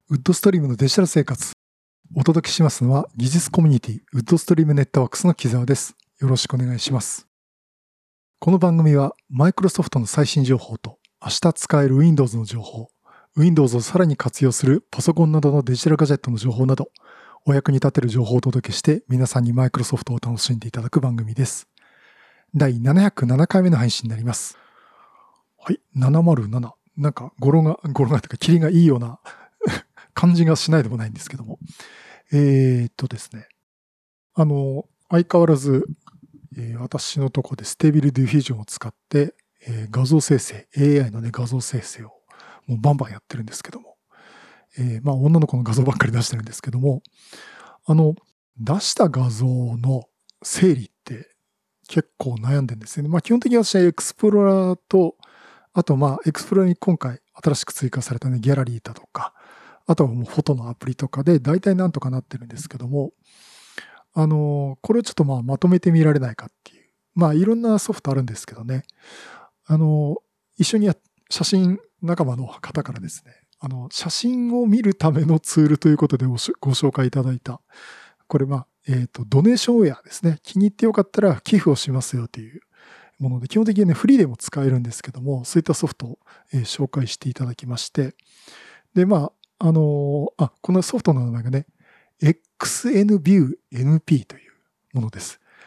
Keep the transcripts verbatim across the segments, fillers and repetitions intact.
ウッドストリームのデジタル生活。お届けしますのは技術コミュニティウッドストリームネットワークスの木澤です。よろしくお願いします。この番組はマイクロソフトの最新情報と明日使える Windows の情報、Windows をさらに活用するパソコンなどのデジタルガジェットの情報など、お役に立てる情報をお届けして皆さんにマイクロソフトを楽しんでいただく番組です。だいななひゃくななかいめの配信になります。はい、ななまるなな。なんか語呂が、語呂がというか、キリがいいような感じがしないでもないんですけども。えー、っとですね。あの、相変わらず、えー、私のところでステービルディフュージョンを使って、えー、画像生成、エーアイ のね、画像生成をもうバンバンやってるんですけども。えー、まあ、女の子の画像ばっかり出してるんですけども、あの、出した画像の整理って結構悩んでるんですよね。まあ、基本的に私はエクスプローラーと、あとまあ、エクスプローラーに今回新しく追加されたね、ギャラリーだとか、あとはもうフォトのアプリとかで大体なんとかなってるんですけども、あの、これをちょっとまあまとめてみられないかっていう。まあいろんなソフトあるんですけどね。あの、一緒にや、写真仲間の方からですね、あの、写真を見るためのツールということでご紹介いただいた、これまあ、えっと、ドネーションウェアですね。気に入ってよかったら寄付をしますよというもので、基本的にね、フリーでも使えるんですけども、そういったソフトを、えー、紹介していただきまして、で、まあ、あのー、あ、このソフトの名前がね、エックスエヌビューエヌピー というものです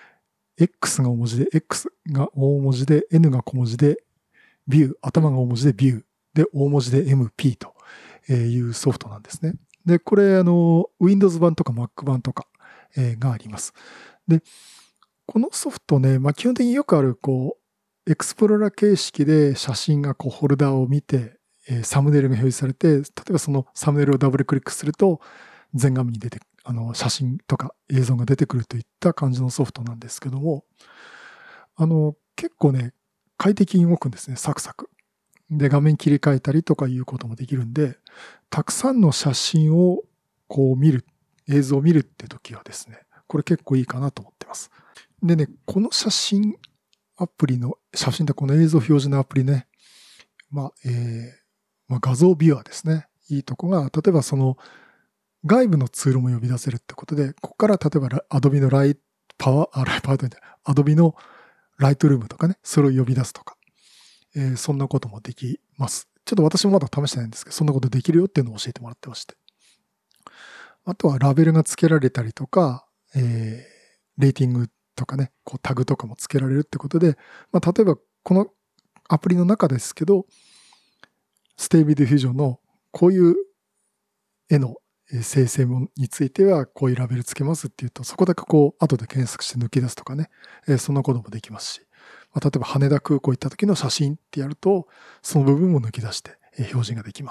。X が大文字で、X が大文字で、N が小文字で、View、頭が大文字で View、で、大文字で エムピー というソフトなんですね。で、これ、あの、Windows 版とか Mac 版とか、えー、があります。で、このソフトね、まあ、基本的によくある、こう、エクスプローラー形式で写真がこう、フォルダを見て、えー、サムネイルが表示されて、例えばそのサムネイルをダブルクリックすると、全画面に出て、あの、写真とか映像が出てくるといった感じのソフトなんですけども、あの、結構ね、快適に動くんですね、サクサク。で、画面切り替えたりとかいうこともできるんで、たくさんの写真をこう見る、映像を見るって時はですね、これ結構いいかなと思ってます。でね、この写真アプリの、写真でこの映像表示のアプリね、まあ、えー、まあ、画像ビュアーですね。いいとこが、例えばその外部のツールも呼び出せるってことで、ここから例えば Adobe のライパワー、あ、ライパワーじゃない、Adobe のライトルームとかね、それを呼び出すとか、えー、そんなこともできます。ちょっと私もまだ試してないんですけど、そんなことできるよっていうのを教えてもらってまして。あとはラベルが付けられたりとか、えー、レーティングとかね、こうタグとかも付けられるってことで、まあ、例えばこのアプリの中ですけど、ステービルディフュージョンのこういう絵の生成についてはこういうラベルつけますっていうと、そこだけこう後で検索して抜き出すとかね、えー、そんなこともできますし、まあ、例えば羽田空港行った時の写真ってやると、その部分も抜き出して表示ができます。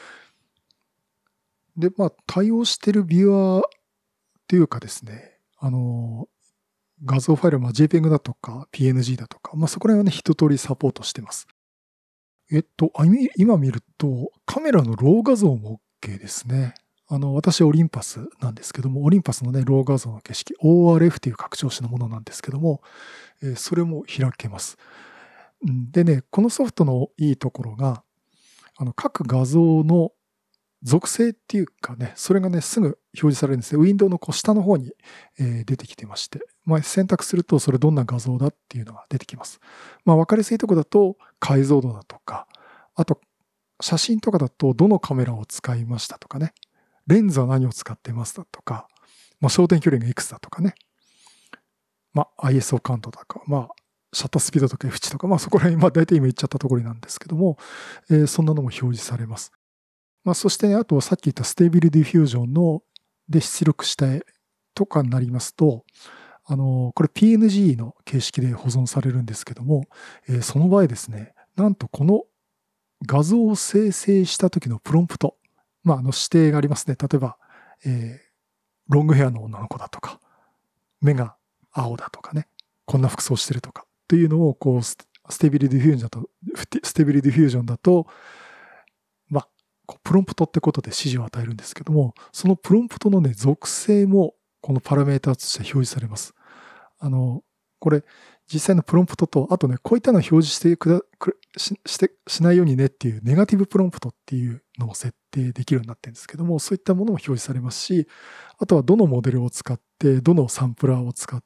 で、まあ、対応してるビュアーっていうかですね、あの、画像ファイル、まあ、JPEG だとか ピーエヌジー だとか、まあ、そこら辺はね、一通りサポートしてます。えっと、今見ると、カメラのロー画像も OK ですね。あの、私、オリンパスなんですけども、オリンパスのね、ロー画像の景色、オーアールエフ という拡張子のものなんですけども、えー、それも開けます。でね、このソフトのいいところが、あの、各画像の属性っていうかね、それがね、すぐ表示されるんですね。ウィンドウのこう下の方に、えー、出てきてまして、まあ、選択すると、それどんな画像だっていうのが出てきます。まあ、わかりやすいところだと、解像度だとか、あと、写真とかだと、どのカメラを使いましたとかね、レンズは何を使ってますだとか、まあ、焦点距離がいくつだとかね、まあ、アイエスオー カウントとか、まあ、シャッタースピードとか エフワン とか、まあ、そこら辺、まあ、大体今言っちゃったところなんですけども、えー、そんなのも表示されます。まあ、そして、ね、あとはさっき言ったステービルディフュージョンので出力した絵とかになりますと、あの、これ ピーエヌジー の形式で保存されるんですけども、えー、その場合ですね、なんとこの画像を生成した時のプロンプト、まあ、あの指定がありますね。例えば、えー、ロングヘアの女の子だとか、目が青だとかね、こんな服装してるとか、というのをこうステービルディフュージョンだと、ステービルディフュージョンだと、まあ、プロンプトってことで指示を与えるんですけども、そのプロンプトのね、属性もこのパラメータとして表示されます。あの、これ、 実際のプロンプトと、あとね、こういったのを表示してくだくししてしないようにねっていうネガティブプロンプトっていうのを設定できるようになってるんですけども、そういったものも表示されますし、あとはどのモデルを使って、どのサンプラーを使って、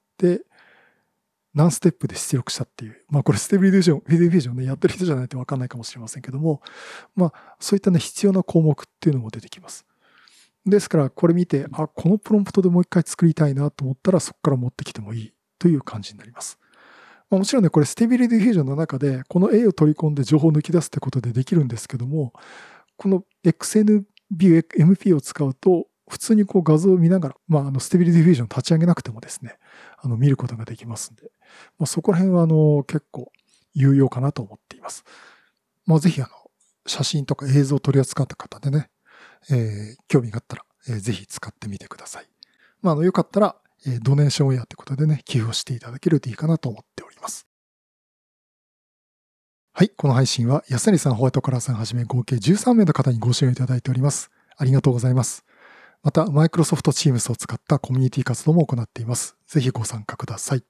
何ステップで出力したっていう、まあこれステーブルディフュージョン、フィディフュージョンね、やってる人じゃないと分かんないかもしれませんけども、まあそういったね、必要な項目っていうのも出てきます。ですからこれ見て、あ、このプロンプトでもう一回作りたいなと思ったらそこから持ってきてもいいという感じになります。まあ、もちろんね、これステーブルディフュージョンの中でこの A を取り込んで情報を抜き出すってことでできるんですけども、この エックスエヌビュー、エムピー を使うと、普通にこう画像を見ながら、まあ、あのステーブルディフュージョンを立ち上げなくてもですね、あの見ることができますんで、まあ、そこら辺はあの結構有用かなと思っています。まあ、ぜひあの写真とか映像を取り扱った方でね、えー、興味があったら、えー、ぜひ使ってみてください。まあ、あのよかったら、えー、ドネーションウェアということでね、寄付をしていただけるといいかなと思っております。はい、この配信は安成さん、ホワイトカラーさんはじめ合計じゅうさんめいの方にご支援いただいております。ありがとうございます。また、マイクロソフト Teams を使ったコミュニティ活動も行っています。ぜひご参加ください。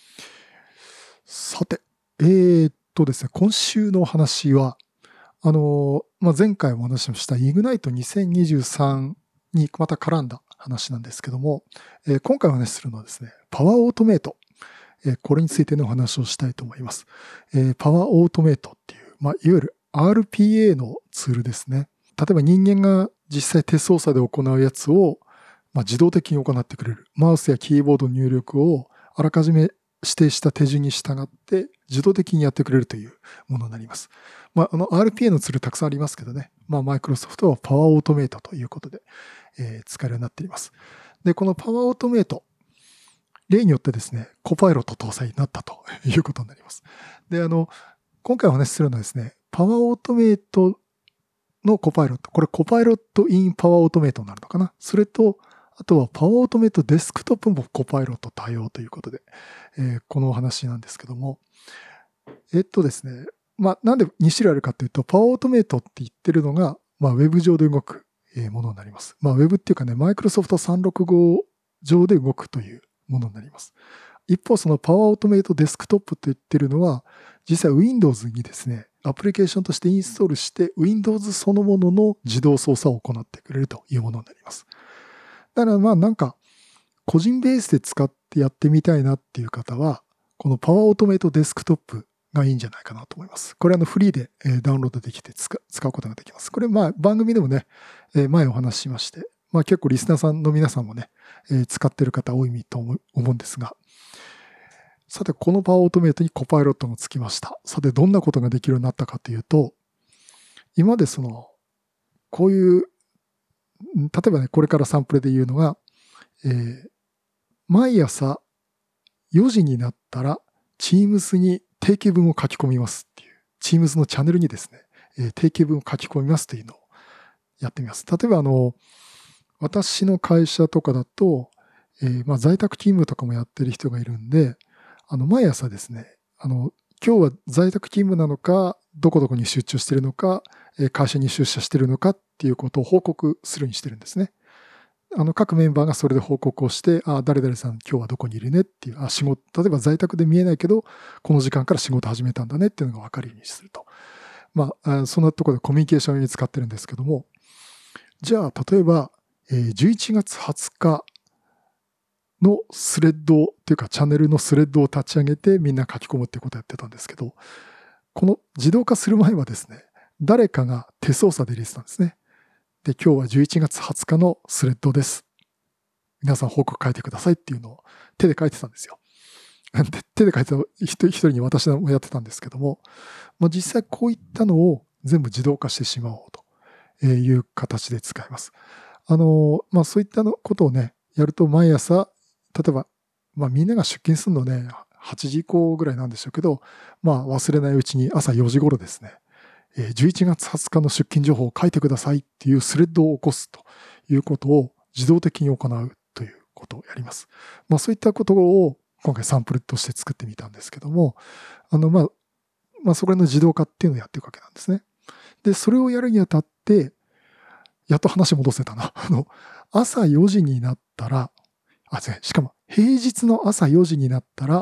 さて、えー、っとですね、今週の話は、あの、まあ、前回もお話しした Ignite にせんにじゅうさんにまた絡んだ話なんですけども、えー、今回お話しするのはですね、パワーオートメイト。えー、これについてのお話をしたいと思います。えー、パワーオートメイトっていう、まあ、いわゆる アールピーエー のツールですね。例えば人間が実際手操作で行うやつを、まあ、自動的に行ってくれる。マウスやキーボードの入力をあらかじめ指定した手順に従って自動的にやってくれるというものになります。まあ、あの アールピーエー のツールたくさんありますけどね。まあ、マイクロソフトはパワーオートメイトということで、えー、使えるようになっています。で、このパワーオートメイト、例によってですね、コパイロット搭載になったということになります。で、あの、今回お話しするのはですね、パワーオートメイトのコパイロット。これコパイロットインパワーオートメイトになるのかな。それと、あとはパワーオートメイトデスクトップもコパイロット対応ということで、えー、このお話なんですけども、えっとですね、まあ、なんでに種類あるかというと、パワーオートメイトって言ってるのが、まあ、ウェブ上で動くものになります。まあ、ウェブっていうかね、マイクロソフトさんびゃくろくじゅうご上で動くというものになります。一方、そのパワーオートメイトデスクトップと言ってるのは、実際 Windows にですね、アプリケーションとしてインストールして Windows そのものの自動操作を行ってくれるというものになります。だからまあなんか個人ベースで使ってやってみたいなっていう方は、このパワーオートメイトデスクトップがいいんじゃないかなと思います。これあのフリーでダウンロードできて使うことができます。これまあ番組でもね、前お話ししまして、まあ結構リスナーさんの皆さんもね、使ってる方多いと思うんですが、さて、このパワーオートメイトにコパイロットがつきました。さて、どんなことができるようになったかというと、今までその、こういう、例えばね、これからサンプルで言うのが、えー、毎朝よじになったら、Teams に定型文を書き込みますっていう、Teams のチャンネルにですね、えー、定型文を書き込みますというのをやってみます。例えば、あの、私の会社とかだと、えー、まあ在宅勤務とかもやってる人がいるんで、あの、毎朝ですね、あの、今日は在宅勤務なのか、どこどこに出張してるのか、会社に出社してるのかっていうことを報告するようにしてるんですね。あの、各メンバーがそれで報告をして、あ、誰々さん今日はどこにいるねっていう、あ、仕事、例えば在宅で見えないけど、この時間から仕事始めたんだねっていうのが分かるようにすると。まあ、そんなところでコミュニケーションに使ってるんですけども、じゃあ、例えば、じゅういちがつはつか、のスレッドというかチャンネルのスレッドを立ち上げてみんな書き込むっていうことをやってたんですけど、この自動化する前はですね、誰かが手操作で入れてたんですね。で、今日はじゅういちがつはつかのスレッドです。皆さん報告書いてくださいっていうのを手で書いてたんですよ。で手で書いてた一人一人に私もやってたんですけども、まあ、実際こういったのを全部自動化してしまおうという形で使います。あの、まあ、そういったことをね、やると毎朝例えば、まあみんなが出勤するのね、はちじ以降ぐらいなんでしょうけど、まあ忘れないうちに朝よじ頃ですね、じゅういちがつはつかの出勤情報を書いてくださいっていうスレッドを起こすということを自動的に行うということをやります。まあそういったことを今回サンプルとして作ってみたんですけども、あのまあ、まあそれの自動化っていうのをやっていくわけなんですね。で、それをやるにあたって、やっと話戻せたな。あの、朝よじになったら、あ、しかも平日の朝よじになったら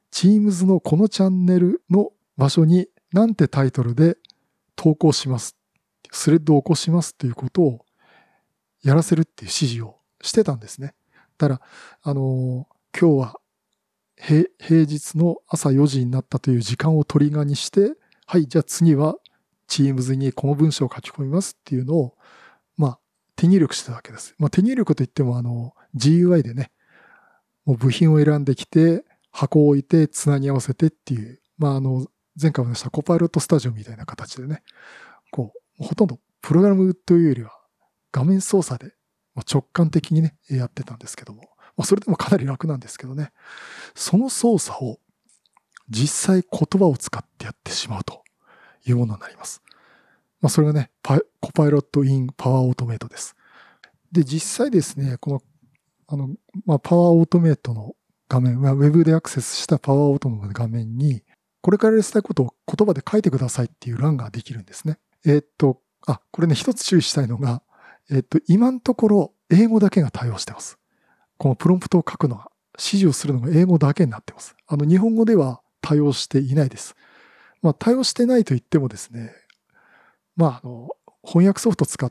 Teams のこのチャンネルの場所になんてタイトルで投稿します。スレッドを起こしますということをやらせるっていう指示をしてたんですね。だから、あのー、今日は平日の朝よじになったという時間をトリガーにして、はい、じゃあ次は Teams にこの文章を書き込みますっていうのを、まあ、手入力してたわけです。まあ、手入力といっても、あの、ジーユーアイ でね、もう部品を選んできて、箱を置いて、つなぎ合わせてっていう、まあ、あの、前回お話したコパイロットスタジオみたいな形でね、こう、ほとんどプログラムというよりは、画面操作で直感的にね、やってたんですけども、まあ、それでもかなり楽なんですけどね、その操作を実際言葉を使ってやってしまうというものになります。まあ、それがね、コパイロットインパワーオートメイトです。で、実際ですね、この、あの、まあ、パワーオートメイトの画面は、ウェブでアクセスしたパワーオートの画面に、これからやりたいことを言葉で書いてくださいっていう欄ができるんですね。えー、っと、あ、これね、一つ注意したいのが、えー、っと、今のところ、英語だけが対応してます。このプロンプトを書くのが、指示をするのが英語だけになってます。あの、日本語では対応していないです。まあ、対応してないと言ってもですね、まあ、あの、翻訳ソフトを使って、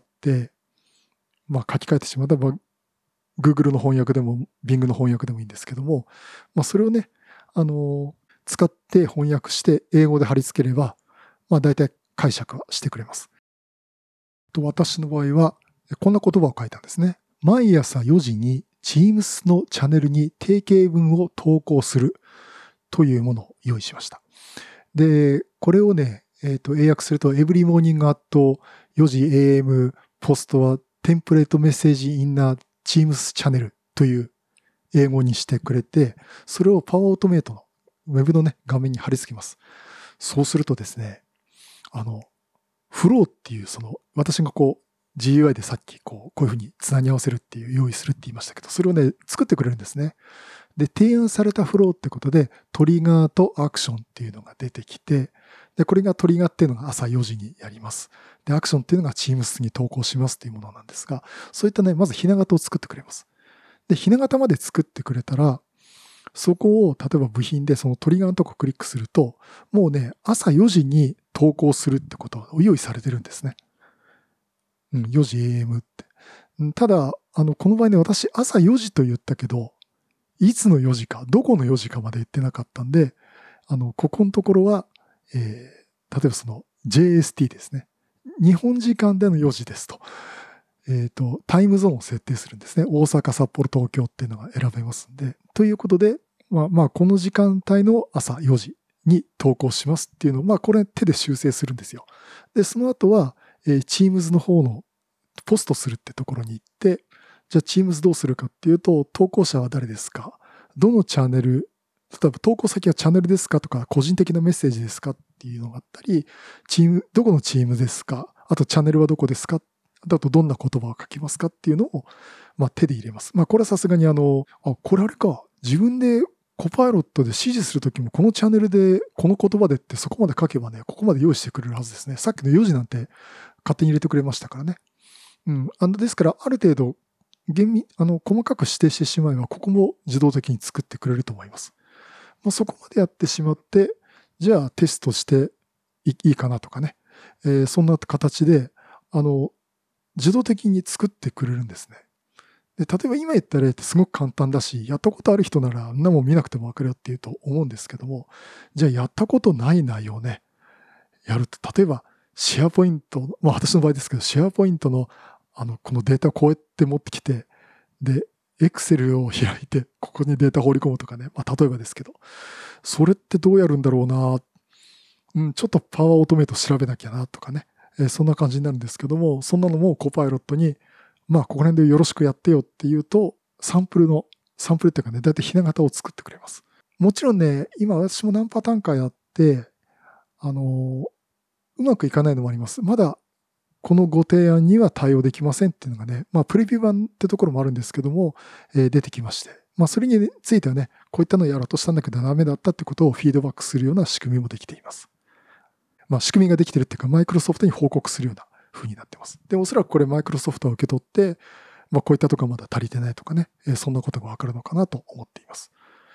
まあ、書き換えてしまったら、Google の翻訳でも Bing の翻訳でもいいんですけども、まあ、それをね、あの、使って翻訳して英語で貼り付ければ、まあ、大体解釈はしてくれます。と、私の場合は、こんな言葉を書いたんですね。毎朝よじに Teams のチャンネルに定型文を投稿するというものを用意しました。で、これをね、えっと、英訳すると Every morning at よじ エーエム ポストはテンプレートメッセージインナー Teams チャンネルという英語にしてくれて、それをパワーオートメイトのウェブのね、画面に貼り付けます。そうするとですね、あの、フローっていうその、私がこう、ジーユーアイ でさっきこう、こういうふうにつなぎ合わせるっていう、用意するって言いましたけど、それをね、作ってくれるんですね。で、提案されたフローってことで、トリガーとアクションっていうのが出てきて、で、これがトリガーっていうのが朝よじにやります。で、アクションっていうのが Teams に投稿しますっていうものなんですが、そういったね、まずひな形を作ってくれます。で、ひな形まで作ってくれたら、そこを例えば部品でそのトリガーのとこクリックすると、もうね、朝よじに投稿するってことを用意されてるんですね。うん、よじ エーエム って。ただ、あの、この場合ね、私朝よじと言ったけど、いつのよじか、どこのよじかまで言ってなかったんで、あの、ここのところは、えー、例えばその ジェイエスティー ですね。日本時間でのよじですと。えっと、タイムゾーンを設定するんですね。大阪、札幌、東京っていうのが選べますんで。ということで、まあ、まあ、この時間帯の朝よじに投稿しますっていうのを、まあ、これ手で修正するんですよ。で、その後は、えー、Teams の方のポストするってところに行って、じゃあ Teams どうするかっていうと、投稿者は誰ですか？どのチャンネル、例えば投稿先はチャンネルですかとか、個人的なメッセージですかっていうのがあったり、チーム、どこのチームですか？あとチャンネルはどこですか？あとどんな言葉を書きますかっていうのを、まあ、手で入れます。まあ、これはさすがにあの、あ、これあれか、自分でコパイロットで指示するときもこのチャンネルでこの言葉でってそこまで書けばね、ここまで用意してくれるはずですね。さっきのよじなんて勝手に入れてくれましたからね。うん。あのですから、ある程度、厳密、あの、細かく指定してしまえば、ここも自動的に作ってくれると思います。まあ、そこまでやってしまって、じゃあテストしていいかなとかね。えー、そんな形で、あの、自動的に作ってくれるんですね。で、例えば今言った例ってすごく簡単だし、やったことある人なら、あんなもん見なくてもわかるよって言うと思うんですけども、じゃあやったことない内容をね、やると、例えば、シェアポイント、まあ私の場合ですけど、シェアポイントの、あの、このデータをこうやって持ってきて、で、エクセルを開いて、ここにデータ放り込むとかね、まあ例えばですけど、それってどうやるんだろうな、うん、ちょっとパワーオートメイト調べなきゃなとかね、えー、そんな感じになるんですけども、そんなのもコパイロットに、まあ、ここら辺でよろしくやってよって言うと、サンプルの、サンプルっていうかね、だいたいひな形を作ってくれます。もちろんね、今私も何パターンかやって、あのー、うまくいかないのもあります。まだ、このご提案には対応できませんっていうのがね、まあ、プレビュー版ってところもあるんですけども、えー、出てきまして。まあ、それについてはね、こういったのをやろうとしたんだけどダメだったってことをフィードバックするような仕組みもできています。まあ、仕組みができてるっていうか、マイクロソフトに報告するような風になってます。で、おそらくこれマイクロソフトは受け取って、まあ、こういったところまだ足りてないとかね、えー、そんなことがわかるのかなと思っています。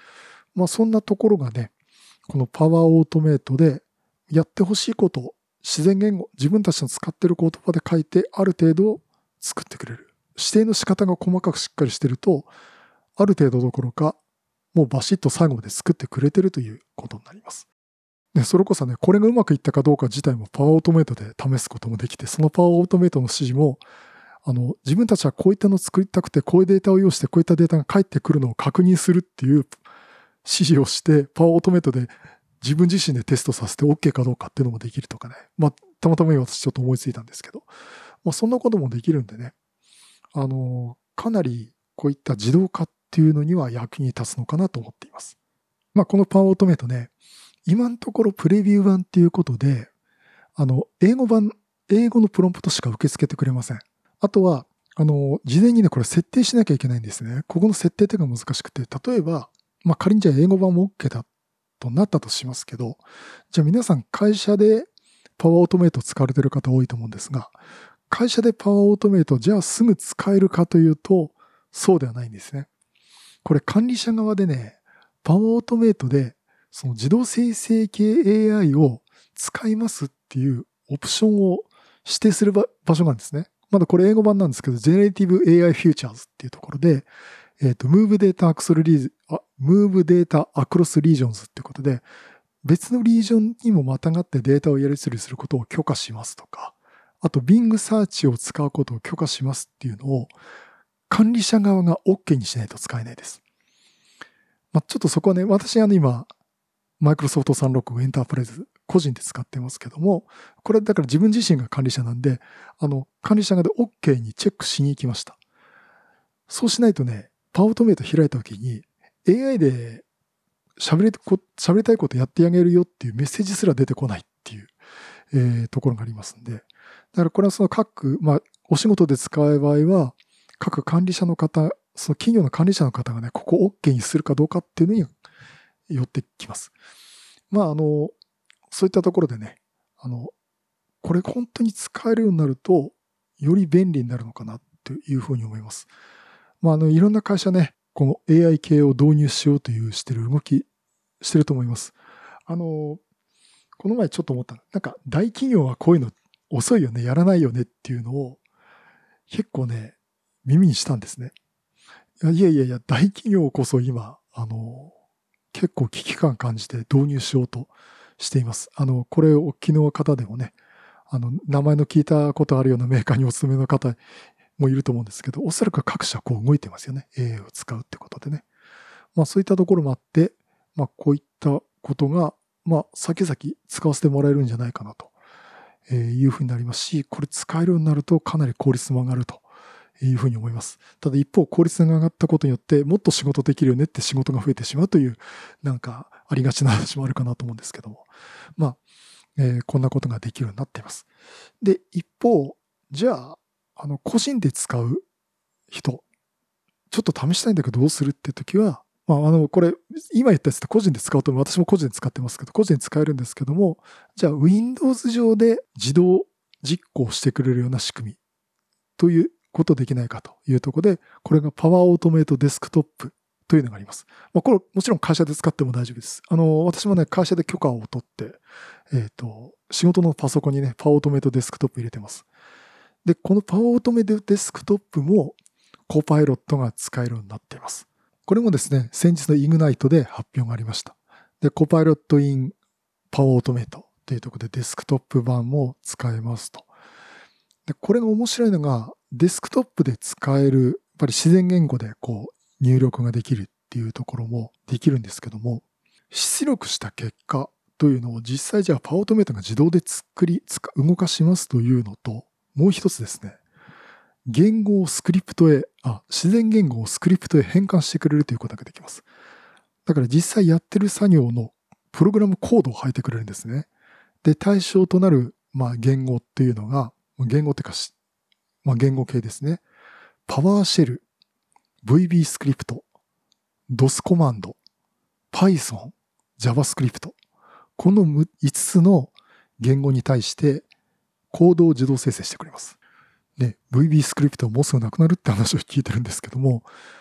まあそんなところがね、このパワーオートメイトでやってほしいことを自然言語、自分たちの使っている言葉で書いてある程度作ってくれる。指定の仕方が細かくしっかりしてると、ある程度どころか、もうバシッと最後まで作ってくれてるということになります。で、それこそね、これがうまくいったかどうか自体もパワーオートメイトで試すこともできて、そのパワーオートメイトの指示も、あの、自分たちはこういったのを作りたくて、こういうデータを用意して、こういったデータが返ってくるのを確認するっていう指示をして、パワーオートメイトで自分自身でテストさせて OK かどうかっていうのもできるとかね。まあ、たまたま今私ちょっと思いついたんですけど、まあ、そんなこともできるんでね、あの、かなりこういった自動化っていうのには役に立つのかなと思っています。まあ、このパワーオートメイトね、今のところプレビュー版っていうことで、あの、英語版、英語のプロンプトしか受け付けてくれません。あとは、あの、事前にね、これ設定しなきゃいけないんですね。ここの設定っていうのが難しくて、例えば、まあ、仮にじゃあ英語版も OK だとなったとしますけど、じゃあ皆さん会社でパワーオートメイトを使われている方多いと思うんですが、会社でパワーオートメイトじゃあすぐ使えるかというと、そうではないんですね。これ管理者側でね、パワーオートメイトでその自動生成系 エーアイ を使いますっていうオプションを指定する場所があるんですね。まだこれ英語版なんですけど、Generative エーアイ Futures っていうところで、えっと、Move Data Across Regions、Move Data Across Regions っていうことで、別のリージョンにもまたがってデータをやり取りすることを許可しますとか、あと Bing Search を使うことを許可しますっていうのを管理者側が OK にしないと使えないです。まあ、ちょっとそこはね、私あの今、マイクロソフトさんろくごエンタープライズ個人で使ってますけども、これだから自分自身が管理者なんで、あの、管理者側で OK にチェックしに行きました。そうしないとね、パワーオートメイト開いたときに エーアイ で喋り、喋りたいことやってあげるよっていうメッセージすら出てこないっていう、えー、ところがありますんで。だからこれはその各、まあ、お仕事で使う場合は、各管理者の方、その企業の管理者の方がね、ここを OK にするかどうかっていうのによってきます。まあ、あの、そういったところでね、あの、これ本当に使えるようになると、より便利になるのかなというふうに思います。まあ、あの、いろんな会社ね、この エーアイ 系を導入しようというしてる動き、してると思います。あの、この前ちょっと思ったの。なんか大企業はこういうの遅いよね、やらないよねっていうのを結構ね、耳にしたんですね。いやいやいや、大企業こそ今、あの、結構危機感感じて導入しようとしています。あの、これお聞きの方でもね、あの、名前の聞いたことあるようなメーカーにお勤めの方もいると思うんですけど、おそらく各社こう動いてますよね。エーアイ を使うってことでね。まあそういったところもあって、まあこういったことが、まあ先々使わせてもらえるんじゃないかなというふうになりますし、これ使えるようになるとかなり効率も上がるというふうに思います。ただ一方効率が上がったことによってもっと仕事できるよねって仕事が増えてしまうというなんかありがちな話もあるかなと思うんですけども。まあ、えー、こんなことができるようになっています。で、一方、じゃあ、あの、個人で使う人、ちょっと試したいんだけどどうするって時は、まあ、あの、これ、今言ったやつって個人で使うと、私も個人で使ってますけど、個人で使えるんですけども、じゃあ、Windows 上で自動実行してくれるような仕組みということできないかというところで、これが Power Automate Desktop というのがあります。まあ、これ、もちろん会社で使っても大丈夫です。あの、私もね、会社で許可を取って、えっと、仕事のパソコンにね、Power Automate Desktop 入れてます。で、この Power Automate Desktop も、コパイロットが使えるようになっています。これもですね、先日の Ignite で発表がありました。で、コパイロット in Power Automate というところでデスクトップ版も使えますと。で、これが面白いのが、デスクトップで使える、やっぱり自然言語でこう入力ができるっていうところもできるんですけども、出力した結果というのを実際じゃあ Power Automate が自動で作り、動かしますというのと、もう一つですね、言語をスクリプトへ、あ、自然言語をスクリプトへ変換してくれるということができます。だから実際やってる作業のプログラムコードを吐いてくれるんですね。で、対象となる、まあ、言語っていうのが、言語ってかし、まあ、言語系ですね。パワーシェル、ブイビー スクリプト、ドス コマンド、Python、JavaScript。このいつつの言語に対してコードを自動生成してくれます。で、ブイビー スクリプトはもうすぐなくなるって話を聞いてるんですけども、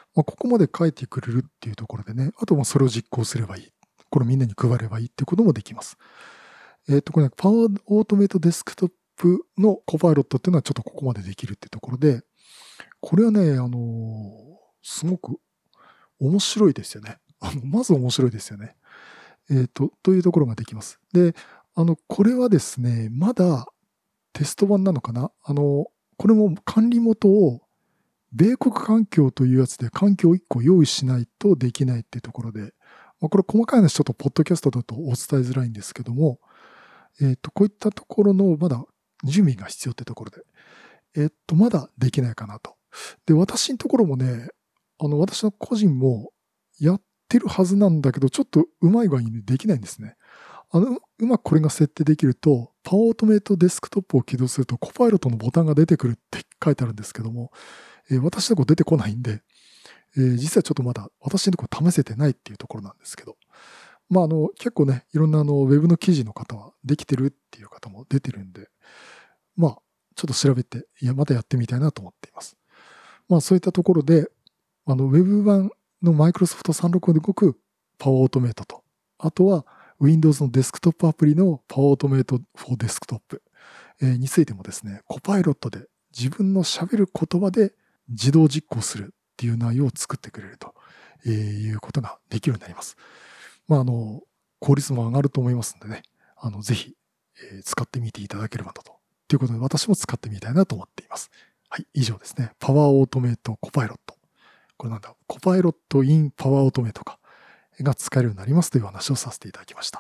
まあ、ここまで書いてくれるっていうところでね、あとはそれを実行すればいい。これをみんなに配ればいいっていうこともできます。えっと、これ、ね、パワーオートメイトデスクトップのコパイロットっていうのはちょっとここまでできるっていうところで、これはね、あのーすごく面白いですよね。あの、まず面白いですよね。えっと、というところができます。で、あの、これはですね、まだテスト版なのかな？あの、これも管理元を米国環境というやつで環境をいっこ用意しないとできないっていうところで、まあ、これ細かい話ちょっとポッドキャストだとお伝えづらいんですけども、えっと、こういったところのまだ準備が必要ってところで、えっと、まだできないかなと。で、私のところもね、あの、私の個人もやってるはずなんだけど、ちょっとうまい具合にできないんですね。あの、うまくこれが設定できると、パワーオートメイトデスクトップを起動すると、コパイロットのボタンが出てくるって書いてあるんですけども、えー私のところ出てこないんで、えー実はちょっとまだ私のところ試せてないっていうところなんですけど、まあ、あの、結構ね、いろんなあの、ウェブの記事の方はできてるっていう方も出てるんで、まあ、ちょっと調べて、いや、またやってみたいなと思っています。まあ、そういったところで、あの、ウェブ版のマイクロソフトさんろくごで動くパワーオートメイトと、あとは Windows のデスクトップアプリのパワーオートメイト for デスクトップについてもですね、コパイロットで自分の喋る言葉で自動実行するっていう内容を作ってくれるということができるようになります。まあ、あの、効率も上がると思いますのでね、あの、ぜひ、えー使ってみていただければなと。ということで、私も使ってみたいなと思っています。はい、以上ですね。パワーオートメイトコパイロット。これなんだ、コパイロットインパワーオートメイトか、が使えるようになりますという話をさせていただきました。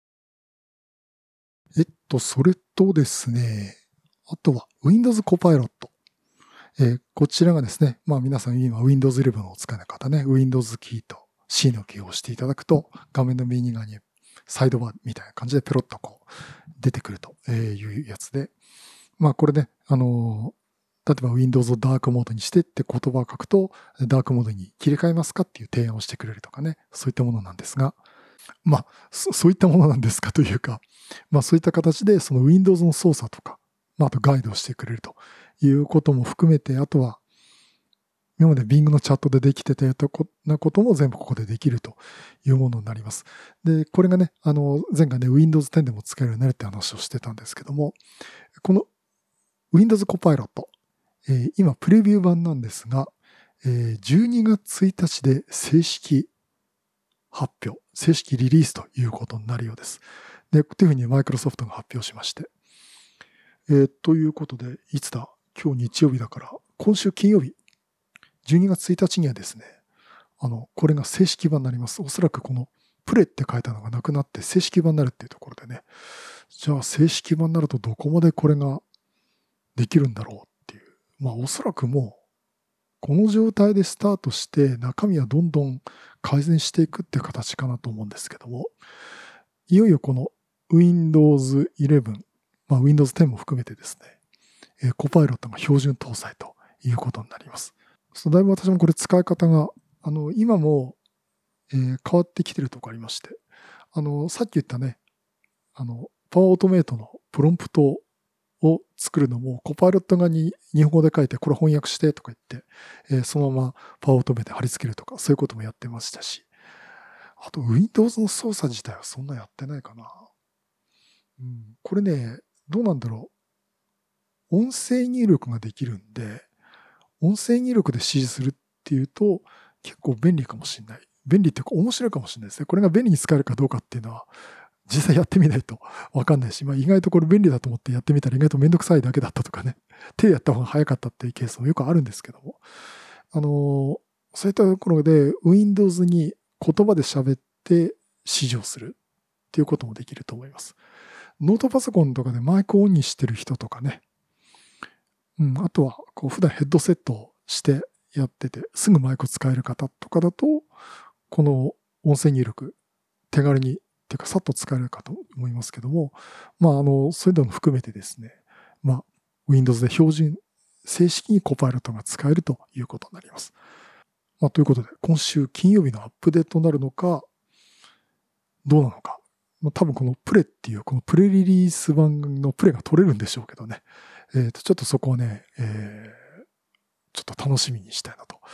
えっと、それとですね、あとは Windows コパイロット。えーこちらがですね、まあ皆さん今 Windows イレブンをお使いの方ね、Windows キーと C のキーを押していただくと、画面の右側にサイドバーみたいな感じでペロッとこう出てくるというやつで、まあこれね、あのー例えば Windows をダークモードにしてって言葉を書くと、ダークモードに切り替えますかっていう提案をしてくれるとかね、そういったものなんですが、まあ、そそういったものなんですかというか、まあそういった形でその Windows の操作とか、まああとガイドをしてくれるということも含めて、あとは今まで Bing のチャットでできてたようなことも全部ここでできるというものになります。で、これがね、あの、前回ね、Windows テンでも使えるようになるって話をしてたんですけども、この Windows Copilot、えー今プレビュー版なんですが、えーじゅうにがつついたちで正式発表、正式リリースということになるようです。で、というふうにマイクロソフトが発表しまして。えーということで、いつだ今日日曜日だから、今週金曜日、じゅうにがつついたちにはですね、あの、これが正式版になります。おそらくこのプレって書いたのがなくなって正式版になるっていうところでね、じゃあ正式版になるとどこまでこれができるんだろうっていう。まあおそらくもう、この状態でスタートして中身はどんどん改善していくっていう形かなと思うんですけども、いよいよこの Windows イレブン、まあ Windows テンも含めてですね、えーコパイロットが標準搭載ということになります。そうだいぶ私もこれ使い方が、あの、今も、えー変わってきてるとこありまして、あの、さっき言ったね、あの、パワーオートメイトのプロンプトを作るのも、コパイロット側に日本語で書いて、これ翻訳してとか言って、えーそのままパワーオートメイトで貼り付けるとか、そういうこともやってましたし、あと Windows の操作自体はそんなやってないかな。うん、これね、どうなんだろう。音声入力ができるんで、音声入力で指示するっていうと、結構便利かもしれない。便利っていうか面白いかもしれないですね。これが便利に使えるかどうかっていうのは、実際やってみないとわかんないし、まあ意外とこれ便利だと思ってやってみたら意外とめんどくさいだけだったとかね、手でやった方が早かったっていうケースもよくあるんですけども、あのーそういったところで Windows に言葉で喋って指示をするっていうこともできると思います。ノートパソコンとかでマイクをオンにしてる人とかね、うん、あとはこう普段ヘッドセットをしてやってて、すぐマイクを使える方とかだと、この音声入力、手軽に、っていうかさっと使えるかと思いますけども、まあ、あの、そういうのも含めてですね、まあ、Windows で標準、正式にコパイロットが使えるということになります。まあ、ということで、今週金曜日のアップデートになるのか、どうなのか。まあ、多分このプレっていう、このプレリリース版のプレが取れるんでしょうけどね。えっと、ちょっとそこをね、えーちょっと楽しみにしたいなと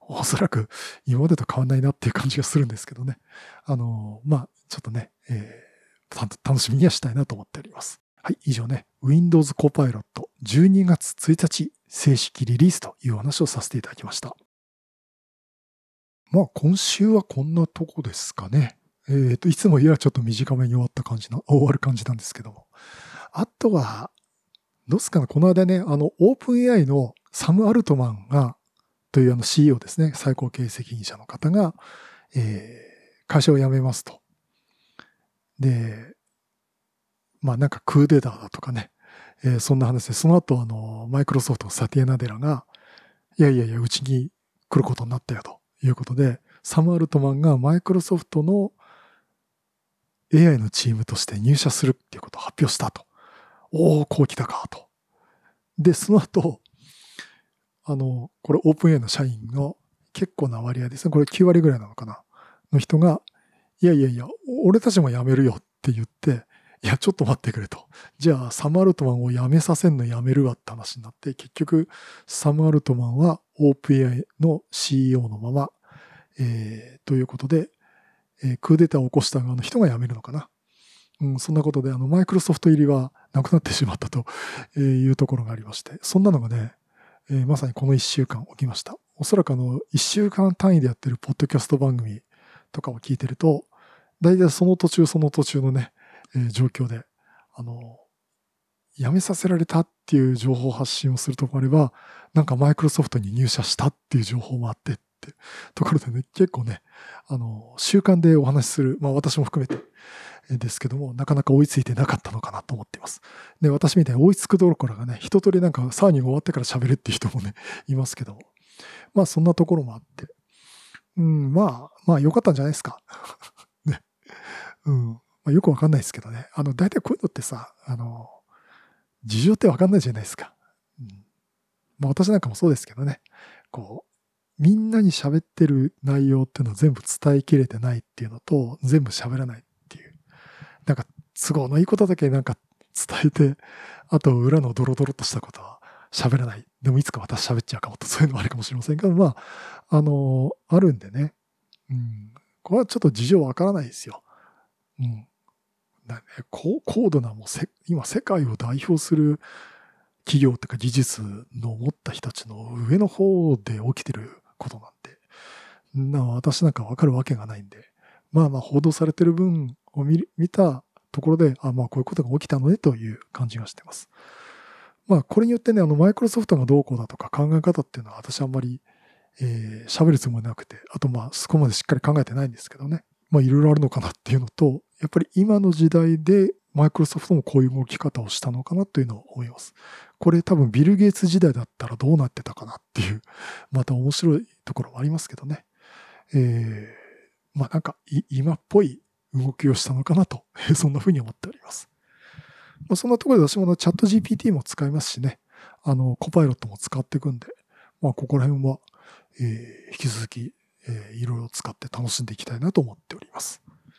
おそらく今までと変わんないなっていう感じがするんですけどね。あの、まあ、ちょっとね、えー、楽しみにはしたいなと思っております。はい、以上ね、Windows Copilot じゅうにがつついたち正式リリースという話をさせていただきました。まあ、今週はこんなとこですかね。えっ、ー、と、いつもよりはちょっと短めに終わった感じな、終わる感じなんですけども。あとは、どうすかね、この間ね、あの、オープン エーアイ のサム・アルトマンが、というあの シーイーオー ですね、最高経営責任者の方が、えー、会社を辞めますと。で、まあなんかクーデターだとかね、えー、そんな話で、その後あの、マイクロソフトのサティア・ナデラが、いやいやいや、うちに来ることになったよということで、サム・アルトマンがマイクロソフトの エーアイ のチームとして入社するっていうことを発表したと。おお、こう来たかと。で、その後、あの、これオープン エーアイ の社員の結構な割合ですね。これきゅうわりぐらいなのかな。の人が、いやいやいや、俺たちも辞めるよって言って、いや、ちょっと待ってくれと。じゃあ、サム・アルトマンを辞めさせんの辞めるわって話になって、結局、サム・アルトマンはオープン エーアイ の シーイーオー のまま、えー、ということで、えー、クーデターを起こした側の人が辞めるのかな。うん、そんなことで、あの、マイクロソフト入りはなくなってしまったというところがありまして、そんなのがね、えー、まさにこのいっしゅうかん起きました。おそらくあの、いっしゅうかん単位でやってるポッドキャスト番組とかを聞いてると、大体その途中その途中のね、えー、状況で、あの、辞めさせられたっていう情報発信をするところもあれば、なんかマイクロソフトに入社したっていう情報もあってってところでね、結構ね、あの、習慣でお話しする、まあ私も含めてですけども、なかなか追いついてなかったのかなと思っています。で、私みたいに追いつくどころがね、一通りなんかサーニング終わってから喋るっていう人もね、いますけども。まあそんなところもあって。うん、まあ、まあ良かったんじゃないですか。ね。うん。まあ、よくわかんないですけどね。あの、大体こういうのってさ、あの、事情ってわかんないじゃないですか。うん。まあ私なんかもそうですけどね。こう、みんなに喋ってる内容っていうのは全部伝えきれてないっていうのと、全部喋らないっていう。なんか、都合のいいことだけなんか伝えて、あと裏のドロドロとしたことは喋らない。でもいつか私喋っちゃうかもと、そういうのはあるかもしれませんけど、まあ、あの、あるんでね。うん。これはちょっと事情わからないですよ。うん。だね、高高度なもうせ、今世界を代表する企業というか技術の持った人たちの上の方で起きてることなんて、な私なんかわかるわけがないんで、まあまあ報道されてる分を見見たところで、あ、まあこういうことが起きたのねという感じがしてます。まあこれによってね、あのマイクロソフトがどうこうだとか考え方っていうのは私あんまりえー、喋るつもりなくて、あとまあそこまでしっかり考えてないんですけどね。まあいろいろあるのかなっていうのと、やっぱり今の時代でマイクロソフトもこういう動き方をしたのかなというのを思います。これ多分ビル・ゲイツ時代だったらどうなってたかなっていう、また面白いところもありますけどね。えー、まあなんか今っぽい動きをしたのかなと、そんな風に思っております。まあ、そんなところで私もチャット ジーピーティー も使いますしね、あの、コパイロットも使っていくんで、まあここら辺はえー、引き続き、えー、いろいろ使って楽しんでいきたいなと思っております。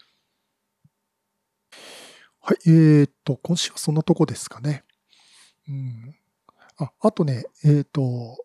はい、えー、っと、今週はそんなとこですかね。うん。あ、あとね、えー、っと、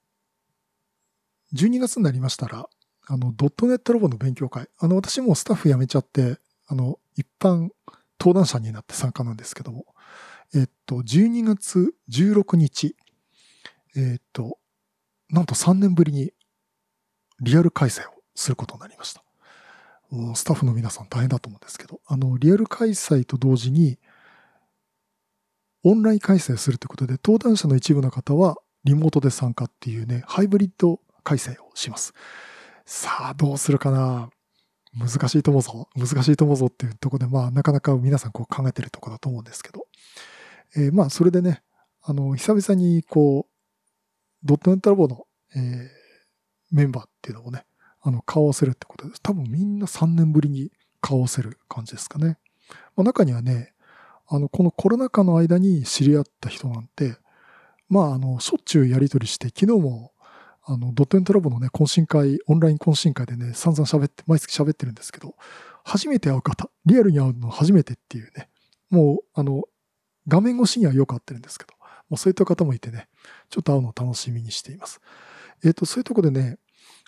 じゅうにがつになりましたら、あの、ドットネットラボの勉強会、あの、私もスタッフ辞めちゃって、あの、一般登壇者になって参加なんですけども、えー、っと、じゅうにがつじゅうろくにち、えー、っと、なんとさんねんぶりにリアル開催をすることになりました。スタッフの皆さん大変だと思うんですけど、あの、リアル開催と同時に、オンライン開催するということで、登壇者の一部の方はリモートで参加っていうね、ハイブリッド開催をします。さあ、どうするかな。難しいと思うぞ。難しいと思うぞっていうところで、まあ、なかなか皆さんこう考えてるところだと思うんですけど、えー、まあ、それでね、あの、久々にこう、ドットネットラボの、えー、メンバーっていうのをね、あの、顔を合わせるってことです。多分みんなさんねんぶりに顔を合わせる感じですかね。まあ、中にはね、あの、このコロナ禍の間に知り合った人なんて、まあ、あの、しょっちゅうやりとりして、昨日も、あの、ドットエントラボのね、懇親会、オンライン懇親会でね、散々喋って、毎月喋ってるんですけど、初めて会う方、リアルに会うの初めてっていうね、もう、あの、画面越しにはよく会ってるんですけど、もうそういった方もいてね、ちょっと会うのを楽しみにしています。えっと、そういうところでね、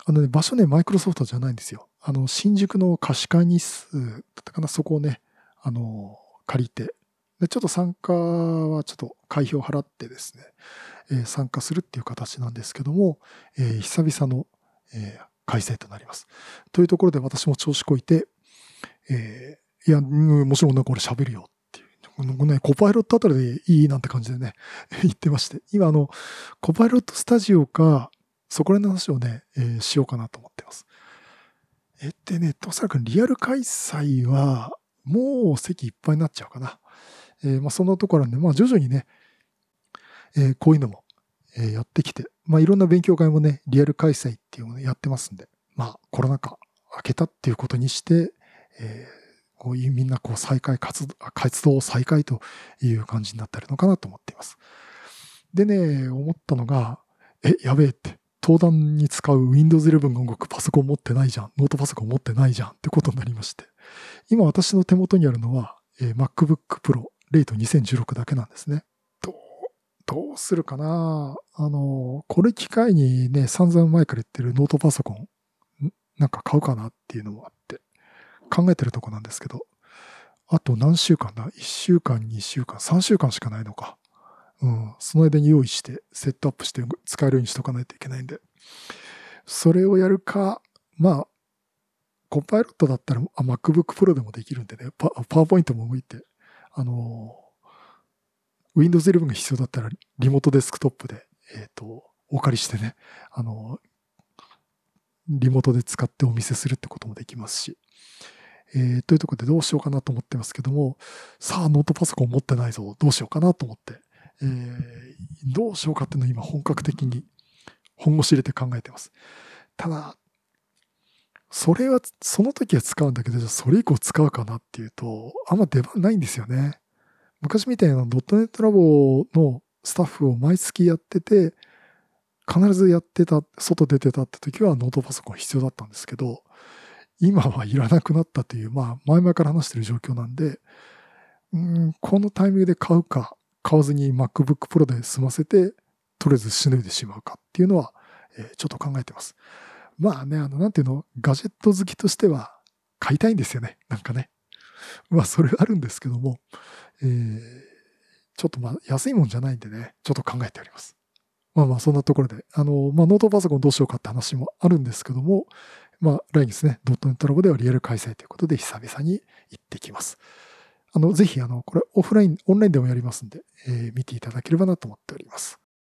あのね、場所ね、マイクロソフトじゃないんですよ。あの、新宿の貸し会議室だったかな、そこをね、あの、借りて、で、ちょっと参加はちょっと会費を払ってですね、えー参加するっていう形なんですけども、えー久々の、えー開催となります。というところで私も調子こいて、えーいや、うんもちろんね、これ喋るよっていう。このね、コパイロットあたりでいいなんて感じでね、言ってまして。今、あの、コパイロットスタジオか、そこら辺の話をね、えーしようかなと思ってます。えーでね、おそらくリアル開催は、もう席いっぱいになっちゃうかな。えーまあ、そんなところなんで、まあ、徐々にね、えーこういうのも、えーやってきて、まあ、いろんな勉強会もね、リアル開催っていうのをやってますんで、まあ、コロナ禍明けたっていうことにして、えーこういうみんなこう再開活動、活動再開という感じになってるのかなと思っています。でね、思ったのが、え、やべえって、登壇に使う Windows イレブンが動くパソコン持ってないじゃん、ノートパソコン持ってないじゃんってことになりまして、今私の手元にあるのは、えー MacBook Pro レイトにせんじゅうろくだけなんですね。どう、どうするかなあの、これ機会にね、散々前から言ってるノートパソコン、んなんか買うかなっていうのもあって、考えてるとこなんですけど、あと何週間だ ?いっ 週間、にしゅうかん、さんしゅうかんしかないのか。うん。その間に用意して、セットアップして使えるようにしとかないといけないんで。それをやるか、まあ、コパイロットだったらあ MacBook Pro でもできるんでね、パパワーポイントも動いて、あの、Windows イレブンが必要だったらリモートデスクトップで、えっと、お借りしてね、あの、リモートで使ってお見せするってこともできますし、えーというところでどうしようかなと思ってますけども、さあ、ノートパソコン持ってないぞ、どうしようかなと思って、えーどうしようかっていうのを今本格的に本腰入れて考えてます。ただ、それは、その時は使うんだけど、じゃあそれ以降使うかなっていうと、あんま出番ないんですよね。昔みたいなドットネットラボのスタッフを毎月やってて、必ずやってた、外出てたって時はノートパソコン必要だったんですけど、今はいらなくなったという、まあ、前々から話してる状況なんで、うーん、このタイミングで買うか、買わずに MacBook Pro で済ませて、とりあえずしのいでしまうかっていうのは、えーちょっと考えてます。まあね、あの、なんていうの、ガジェット好きとしては、買いたいんですよね。なんかね。まあ、それはあるんですけども、えーちょっとまあ、安いもんじゃないんでね、ちょっと考えております。まあまあ、そんなところで、あの、まあ、ノートパソコンどうしようかって話もあるんですけども、まあ、来月ね、ドットネットラボではリアル開催ということで、久々に行ってきます。あの、ぜひ、あの、これ、オフライン、オンラインでもやりますんで、えー見ていただければなと思っております。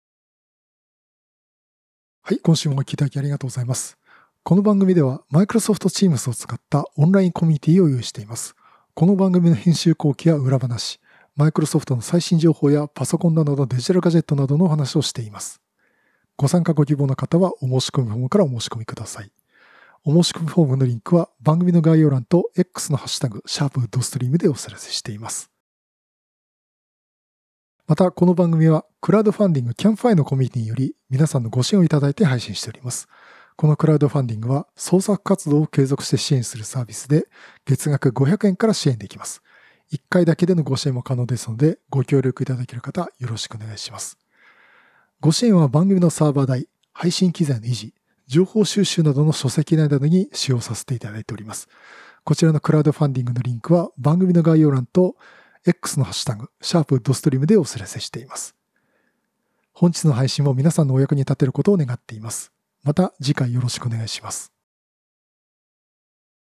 はい、今週もお聞きいただきありがとうございます。この番組では、Microsoft Teams を使ったオンラインコミュニティを用意しています。この番組の編集後期や裏話、Microsoft の最新情報やパソコンなどのデジタルガジェットなどのお話をしています。ご参加ご希望の方はお申し込みフォームからお申し込みください。お申し込みフォームのリンクは番組の概要欄と X のハッシュタグ、シャープウッドストリームでお知らせしています。また、この番組はクラウドファンディングキャンファイのコミュニティにより皆さんのご支援をいただいて配信しております。このクラウドファンディングは創作活動を継続して支援するサービスで月額ごひゃくえんから支援できます。いっかいだけでのご支援も可能ですのでご協力いただける方よろしくお願いします。ご支援は番組のサーバー代、配信機材の維持、情報収集などの書籍内などに使用させていただいております。こちらのクラウドファンディングのリンクは番組の概要欄と X のハッシュタグ、シャープウッドストリームでお知らせしています。本日の配信も皆さんのお役に立てることを願っています。また次回よろしくお願いします。